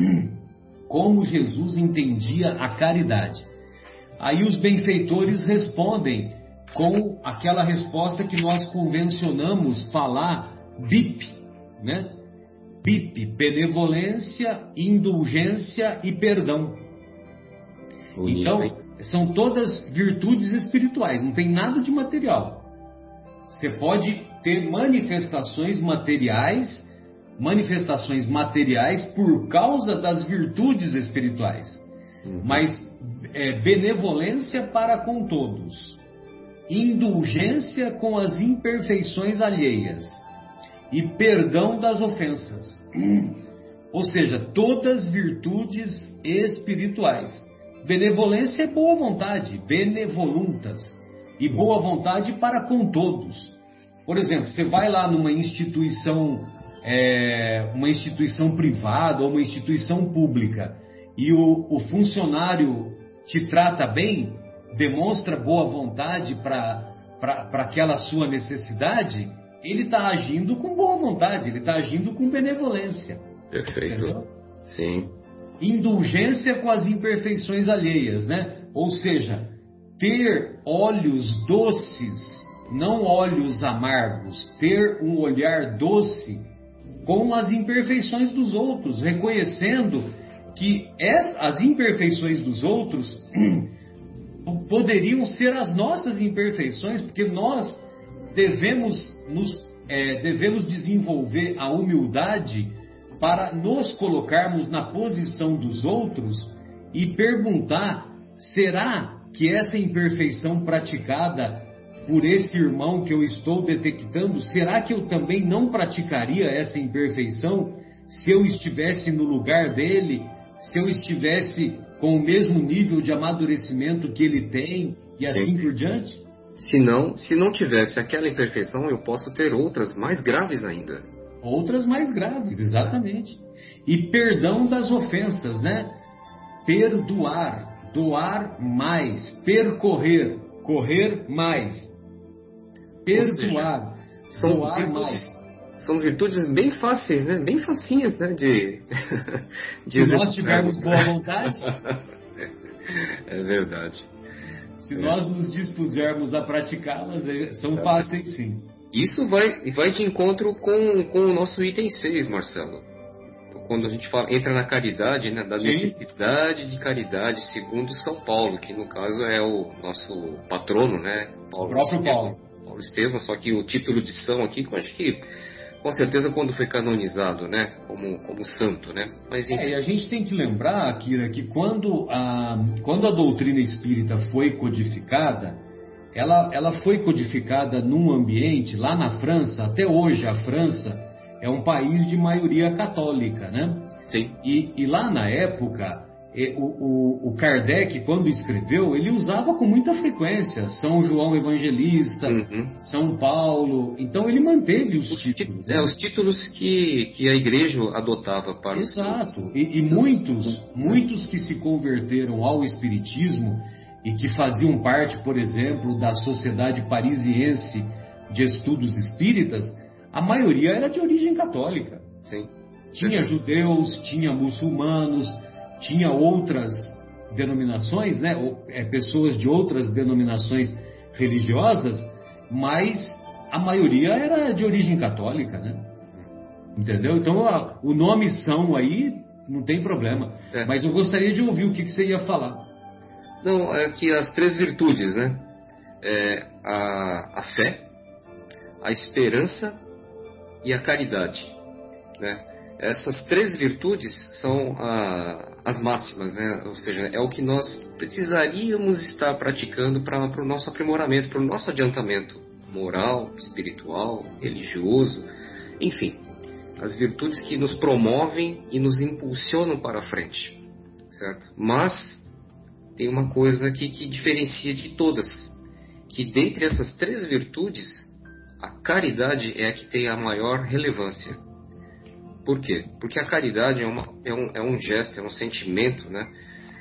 Como Jesus entendia a caridade? Aí os benfeitores respondem com aquela resposta que nós convencionamos falar, B I P, né? B I P, benevolência, indulgência e perdão. Bonito, então, hein? São todas virtudes espirituais, não tem nada de material. Você pode ter manifestações materiais, manifestações materiais por causa das virtudes espirituais. Uhum. Mas é, benevolência para com todos, indulgência com as imperfeições alheias e perdão das ofensas. Ou seja, todas virtudes espirituais. Benevolência é boa vontade, benevoluntas, e boa vontade para com todos. Por exemplo, você vai lá numa instituição, é, uma instituição privada ou uma instituição pública, e o, o funcionário te trata bem, demonstra boa vontade para para aquela sua necessidade, ele está agindo com boa vontade, ele está agindo com benevolência. Perfeito. Entendeu? Sim. Indulgência com as imperfeições alheias, né? Ou seja, ter olhos doces, não olhos amargos, ter um olhar doce com as imperfeições dos outros, reconhecendo que as imperfeições dos outros poderiam ser as nossas imperfeições, porque nós devemos, nos, é, devemos desenvolver a humildade para nos colocarmos na posição dos outros e perguntar: será que essa imperfeição praticada por esse irmão que eu estou detectando, será que eu também não praticaria essa imperfeição se eu estivesse no lugar dele, se eu estivesse com o mesmo nível de amadurecimento que ele tem e assim Sim. por diante? Se não, se não tivesse aquela imperfeição, eu posso ter outras mais graves ainda. Outras mais graves, exatamente. E perdão das ofensas, né? Perdoar, doar mais, percorrer, correr mais, perdoar, seja, são doar virtudes, mais. São virtudes bem fáceis, né? Bem facinhas, né? De, de Se nós tivermos boa vontade. É verdade. Se é. nós nos dispusermos a praticá-las, são é. fáceis sim. Isso vai, vai de encontro com, com o nosso item seis, Marcelo. Quando a gente fala, entra na caridade, né, da Sim. necessidade de caridade, segundo São Paulo, que no caso é o nosso patrono, né? Paulo o próprio Estevão, Paulo. Paulo Estevão, só que o título de São aqui, eu acho que, com certeza, quando foi canonizado, né? Como, como santo, né? Mas, é, e a gente tem que lembrar, Akira, que quando a, quando a doutrina espírita foi codificada, Ela, ela foi codificada num ambiente, lá na França, até hoje a França é um país de maioria católica, né? Sim. E, e lá na época, o, o, o Kardec, quando escreveu, ele usava com muita frequência São João Evangelista, uhum. São Paulo. Então ele manteve os, os títulos. Né? É, os títulos que, que a igreja adotava para Exato. os seus... E, e muitos, muitos que se converteram ao Espiritismo e que faziam parte, por exemplo, da Sociedade Parisiense de Estudos Espíritas, a maioria era de origem católica. Sim. Tinha judeus, tinha muçulmanos, tinha outras denominações, né? É, pessoas de outras denominações religiosas, mas a maioria era de origem católica, né? Entendeu? Então a, o nome São aí não tem problema. É. Mas eu gostaria de ouvir o que, que você ia falar. Não, é que as três virtudes, né? É a, a fé, a esperança e a caridade, né? Essas três virtudes são a, as máximas, né? Ou seja, é o que nós precisaríamos estar praticando para o nosso aprimoramento, para o nosso adiantamento moral, espiritual, religioso, enfim, as virtudes que nos promovem e nos impulsionam para a frente, certo? Mas tem uma coisa aqui que diferencia de todas, que dentre essas três virtudes, a caridade é a que tem a maior relevância. Por quê? Porque a caridade é, uma, é, um, é um gesto, é um sentimento, né?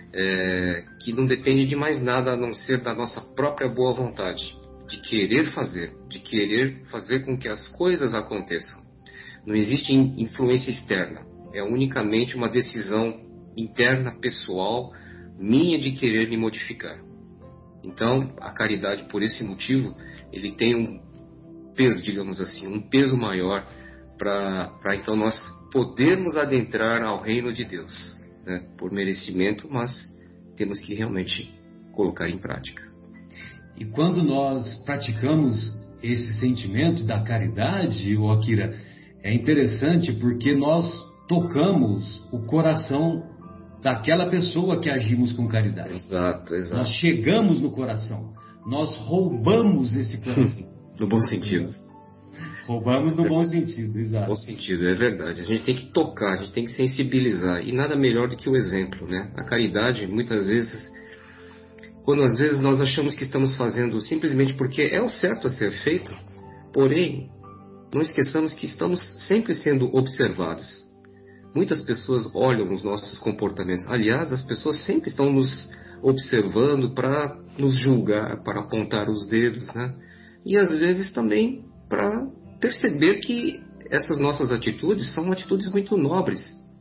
É, que não depende de mais nada a não ser da nossa própria boa vontade, de querer fazer, de querer fazer com que as coisas aconteçam. Não existe influência externa, é unicamente uma decisão interna, pessoal, minha de querer me modificar. Então, a caridade, por esse motivo, ele tem um peso, digamos assim, um peso maior para então nós podermos adentrar ao reino de Deus, né? Por merecimento, mas temos que realmente colocar em prática. E quando nós praticamos esse sentimento da caridade, ô Akira, é interessante porque nós tocamos o coração daquela pessoa que agimos com caridade. Exato, exato. Nós chegamos no coração, nós roubamos esse coração. No bom sentido. Roubamos no bom sentido, exato. No bom sentido, é verdade. A gente tem que tocar, a gente tem que sensibilizar. E nada melhor do que o exemplo, né? A caridade, muitas vezes, quando às vezes nós achamos que estamos fazendo simplesmente porque é o certo a ser feito, porém, não esqueçamos que estamos sempre sendo observados. Muitas pessoas olham os nossos comportamentos. Aliás, as pessoas sempre estão nos observando para nos julgar, para apontar os dedos, né? E às vezes também para perceber que essas nossas atitudes são atitudes muito nobres.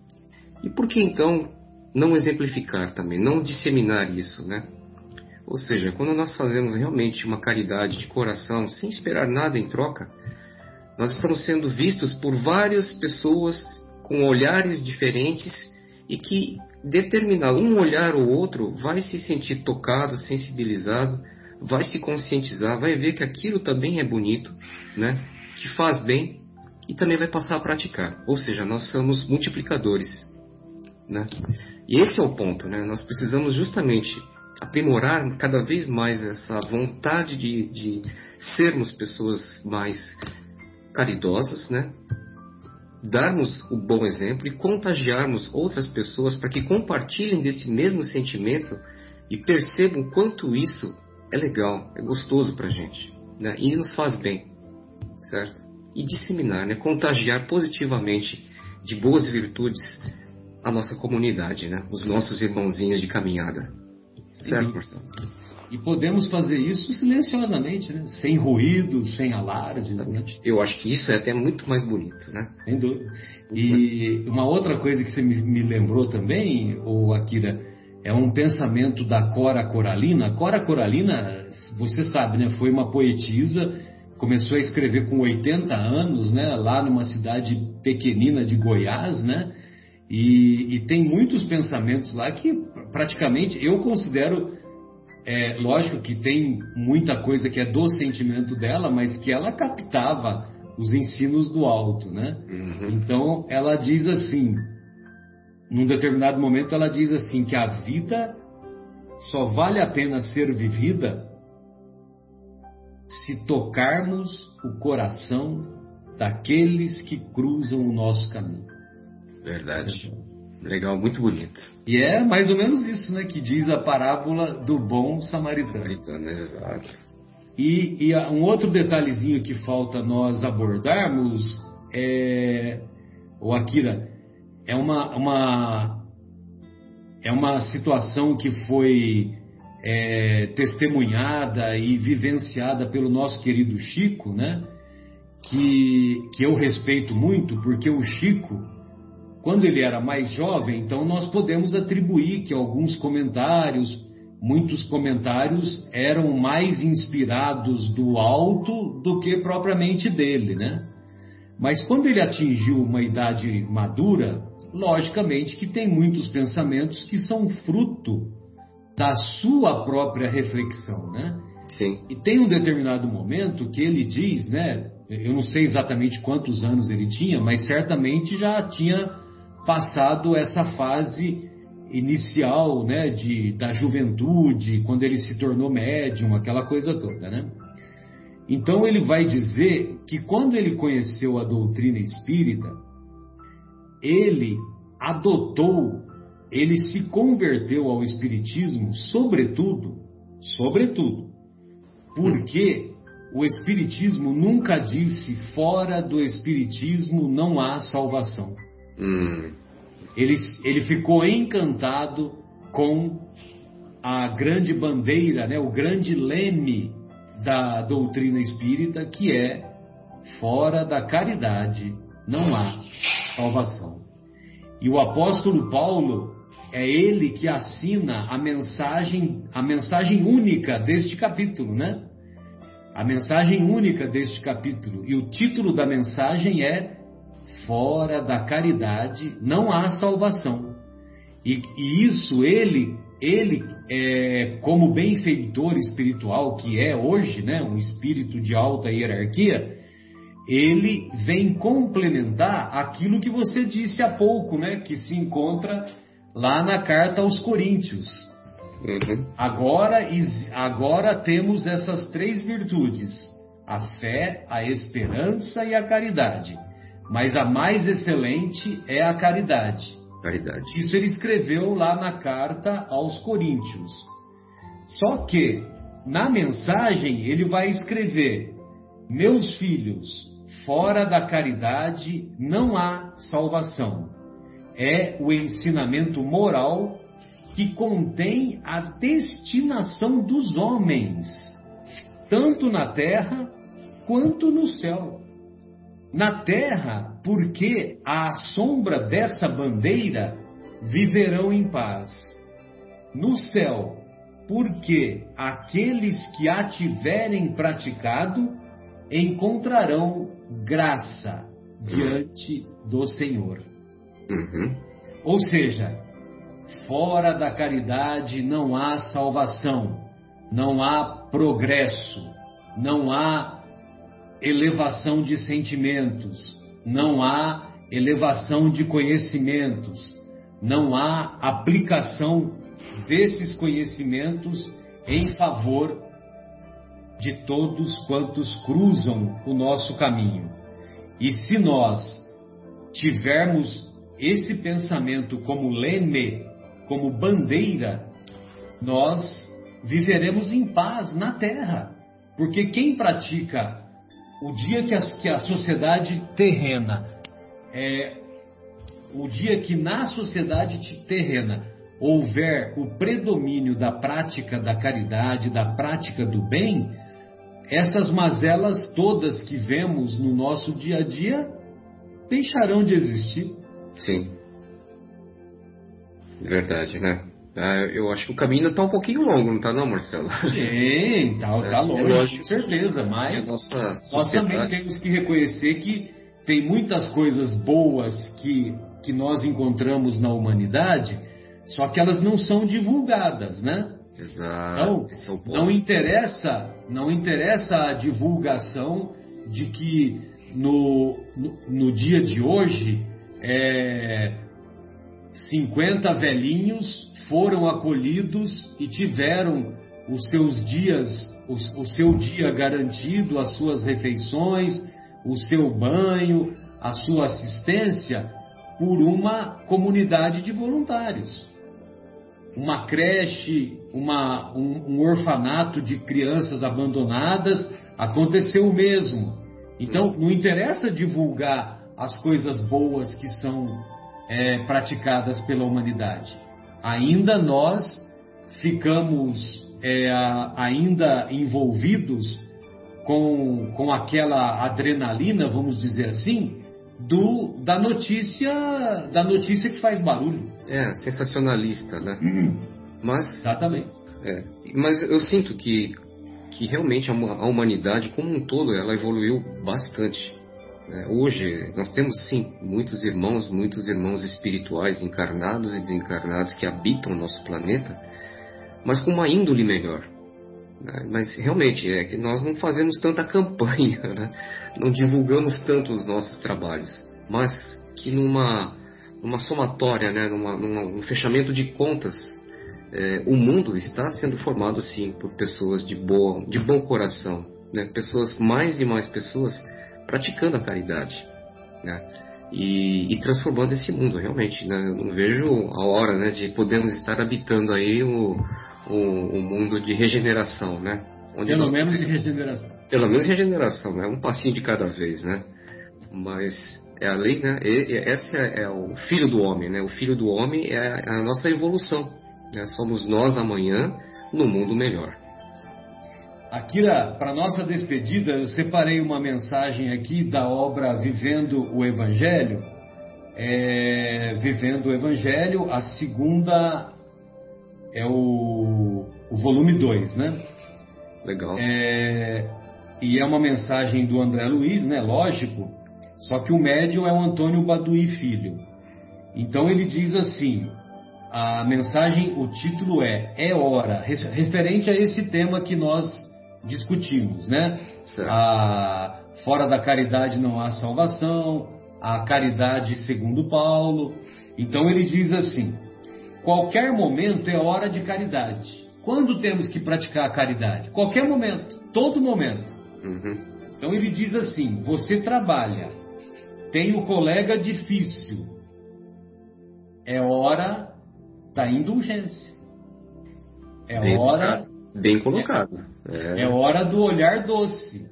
E por que então não exemplificar também, não disseminar isso, né? Ou seja, quando nós fazemos realmente uma caridade de coração, sem esperar nada em troca, nós estamos sendo vistos por várias pessoas com olhares diferentes e que determinado um olhar ou outro vai se sentir tocado, sensibilizado, vai se conscientizar, vai ver que aquilo também é bonito, né? Que faz bem e também vai passar a praticar. Ou seja, nós somos multiplicadores, né? E esse é o ponto, né? Nós precisamos justamente aprimorar cada vez mais essa vontade de, de sermos pessoas mais caridosas, né? Darmos o bom exemplo e contagiarmos outras pessoas para que compartilhem desse mesmo sentimento e percebam quanto isso é legal, é gostoso para a gente, né? E nos faz bem, certo? E disseminar, né? Contagiar positivamente de boas virtudes a nossa comunidade, né? Os nossos irmãozinhos de caminhada. Certo, Marcelo? E podemos fazer isso silenciosamente, né? Sem ruídos, sem alardes, né? Eu acho que isso é até muito mais bonito, né? Sem dúvida. E uma outra coisa que você me lembrou também, ô Akira, é um pensamento da Cora Coralina. Cora Coralina, você sabe, né? Foi uma poetisa, começou a escrever com oitenta anos, né? Lá numa cidade pequenina de Goiás, né? E, e tem muitos pensamentos lá que praticamente eu considero, é, lógico que tem muita coisa que é do sentimento dela, mas que ela captava os ensinos do alto, né? Uhum. Então ela diz assim, num determinado momento ela diz assim, que a vida só vale a pena ser vivida se tocarmos o coração daqueles que cruzam o nosso caminho. Verdade. Legal, muito bonito. E é mais ou menos isso, né, que diz a parábola do bom samaritano. Samaritano, exato. E, e um outro detalhezinho que falta nós abordarmos é, o Akira, é uma, uma, é uma situação que foi é, testemunhada e vivenciada pelo nosso querido Chico, né? Que, que eu respeito muito, porque o Chico, quando ele era mais jovem, então nós podemos atribuir que alguns comentários, muitos comentários eram mais inspirados do alto do que propriamente dele, né? Mas quando ele atingiu uma idade madura, logicamente que tem muitos pensamentos que são fruto da sua própria reflexão, né? Sim. E tem um determinado momento que ele diz, né? Eu não sei exatamente quantos anos ele tinha, mas certamente já tinha passado essa fase inicial, né, de, da juventude, quando ele se tornou médium, aquela coisa toda, né? Então ele vai dizer que quando ele conheceu a doutrina espírita, ele adotou, ele se converteu ao espiritismo, sobretudo, sobretudo, porque o espiritismo nunca disse fora do espiritismo não há salvação. Hum. Ele, ele ficou encantado com a grande bandeira, né, o grande leme da doutrina espírita, que é fora da caridade não há salvação. E o apóstolo Paulo é ele que assina a mensagem, a mensagem única deste capítulo, né? A mensagem única deste capítulo. E o título da mensagem é fora da caridade não há salvação. E, e isso ele, ele é, como benfeitor espiritual que é hoje, né, um espírito de alta hierarquia, ele vem complementar aquilo que você disse há pouco, né, que se encontra lá na carta aos Coríntios. Uhum. Agora, agora temos essas três virtudes: a fé, a esperança e a caridade. Mas a mais excelente é a caridade. Caridade. Isso ele escreveu lá na carta aos Coríntios. Só que, na mensagem, ele vai escrever: meus filhos, fora da caridade não há salvação. É o ensinamento moral que contém a destinação dos homens, tanto na terra quanto no céu. Na terra, porque à sombra dessa bandeira viverão em paz. No céu, porque aqueles que a tiverem praticado encontrarão graça diante do Senhor. Uhum. Ou seja, fora da caridade não há salvação, não há progresso, não há elevação de sentimentos, não há elevação de conhecimentos, não há aplicação desses conhecimentos em favor de todos quantos cruzam o nosso caminho. E se nós tivermos esse pensamento como leme, como bandeira, nós viveremos em paz na terra. Porque quem pratica, o dia que a, que a sociedade terrena, é, o dia que na sociedade terrena houver o predomínio da prática da caridade, da prática do bem, essas mazelas todas que vemos no nosso dia a dia deixarão de existir. Sim. Verdade, né? Ah, eu acho que o caminho está um pouquinho longo, não está não, Marcelo? Sim, tá, tá É, longe, lógico. com certeza, mas Nossa nós também temos que reconhecer que tem muitas coisas boas que, que nós encontramos na humanidade, só que elas não são divulgadas, né? Exato. Então, não interessa, não interessa a divulgação de que no, no, no dia de hoje é, cinquenta velhinhos foram acolhidos e tiveram os seus dias, os, o seu dia garantido, as suas refeições, o seu banho, a sua assistência, por uma comunidade de voluntários. Uma creche, uma, um, um orfanato de crianças abandonadas, aconteceu o mesmo. Então, não interessa divulgar as coisas boas que são é, praticadas pela humanidade. Ainda nós ficamos é, ainda envolvidos com, com aquela adrenalina, vamos dizer assim, do, da notícia, da notícia que faz barulho. É, sensacionalista, né? Hum. Mas, Exatamente. É, mas eu sinto que, que realmente a, a humanidade como um todo, ela evoluiu bastante. É, hoje nós temos sim muitos irmãos, muitos irmãos espirituais encarnados e desencarnados que habitam o nosso planeta, mas com uma índole melhor. Né? Mas realmente é que nós não fazemos tanta campanha, né? Não divulgamos tanto os nossos trabalhos, mas que numa, numa somatória, né? numa, numa, num fechamento de contas, é, o mundo está sendo formado sim por pessoas de, boa, de bom coração, né? Pessoas, mais e mais pessoas praticando a caridade, né? E, e transformando esse mundo realmente, né? Eu não vejo a hora, né, de podermos estar habitando aí o, o, o mundo de regeneração, né? Onde pelo nós... menos de regeneração. Pelo menos regeneração, né? Um passinho de cada vez, né? Mas é a lei, né? E, e, esse é, é o filho do homem, né? O filho do homem é a nossa evolução, né? Somos nós amanhã no mundo melhor. Akira, para nossa despedida, eu separei uma mensagem aqui da obra Vivendo o Evangelho. É, Vivendo o Evangelho, a segunda é o, o volume dois, né? Legal. É, e é uma mensagem do André Luiz, né? Lógico, só que o médium é o Antônio Baduí Filho. Então ele diz assim, a mensagem, o título é É Hora, referente a esse tema que nós discutimos, né? A, fora da caridade não há salvação, a caridade segundo Paulo. Então ele diz assim: qualquer momento é hora de caridade. Quando temos que praticar a caridade? Qualquer momento, todo momento. Uhum. Então ele diz assim: você trabalha, tem o colega difícil, é hora da indulgência. É Bem hora... colocado. Bem colocado. É, é hora do olhar doce.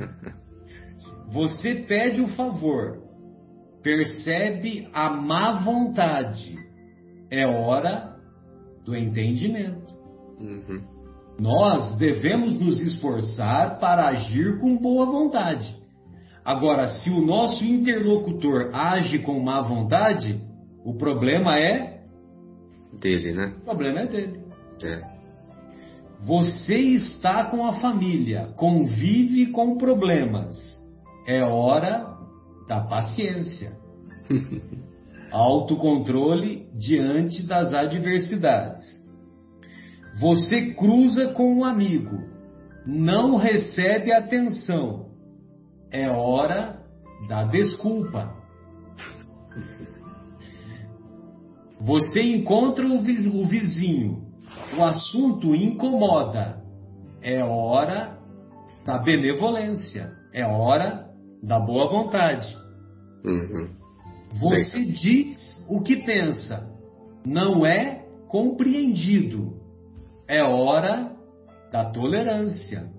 Você pede o favor, percebe a má vontade. É hora do entendimento. Uhum. Nós devemos nos esforçar para agir com boa vontade. Agora, se o nosso interlocutor age com má vontade, o problema é dele, né? O problema é dele. É. Você está com a família, convive com problemas. É hora da paciência. Autocontrole diante das adversidades. Você cruza com um amigo, não recebe atenção. É hora da desculpa. Você encontra o vizinho, o assunto incomoda. É hora da benevolência. É hora da boa vontade. Uhum. Você Bem... diz o que pensa. Não é compreendido. É hora da tolerância.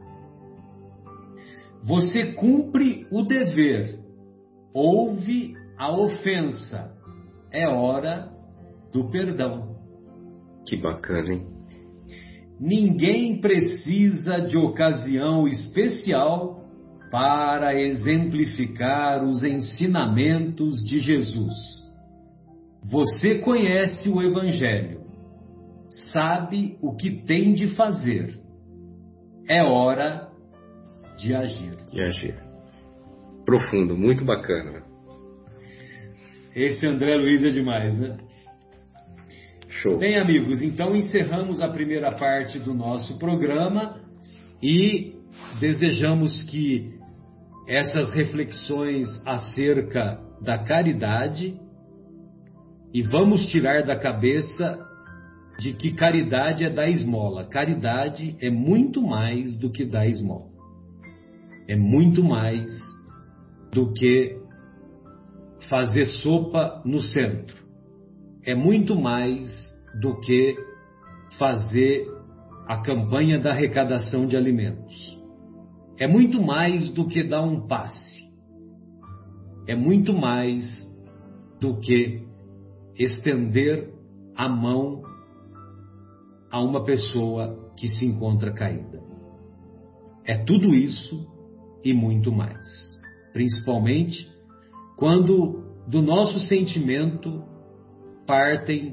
Você cumpre o dever. Ouve a ofensa. É hora do perdão. Que bacana, hein? Ninguém precisa de ocasião especial para exemplificar os ensinamentos de Jesus. Você conhece o Evangelho, sabe o que tem de fazer. É hora de agir. De agir. Profundo, muito bacana. Esse André Luiz é demais, né? Show. Bem, amigos, então encerramos a primeira parte do nosso programa e desejamos que essas reflexões acerca da caridade, e vamos tirar da cabeça de que caridade é dar esmola. Caridade é muito mais do que dar esmola. É muito mais do que fazer sopa no centro. É muito mais do que fazer a campanha da arrecadação de alimentos. É muito mais do que dar um passe. É muito mais do que estender a mão a uma pessoa que se encontra caída. É tudo isso e muito mais. Principalmente quando do nosso sentimento partem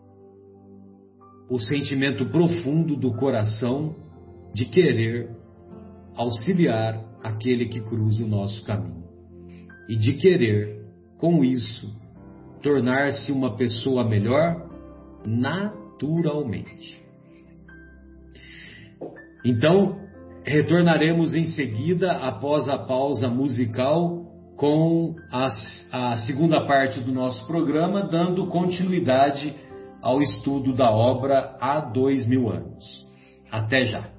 o sentimento profundo do coração de querer auxiliar aquele que cruza o nosso caminho e de querer, com isso, tornar-se uma pessoa melhor naturalmente. Então, retornaremos em seguida, após a pausa musical, com a, a segunda parte do nosso programa, dando continuidade ao estudo da obra há dois mil anos. Até já!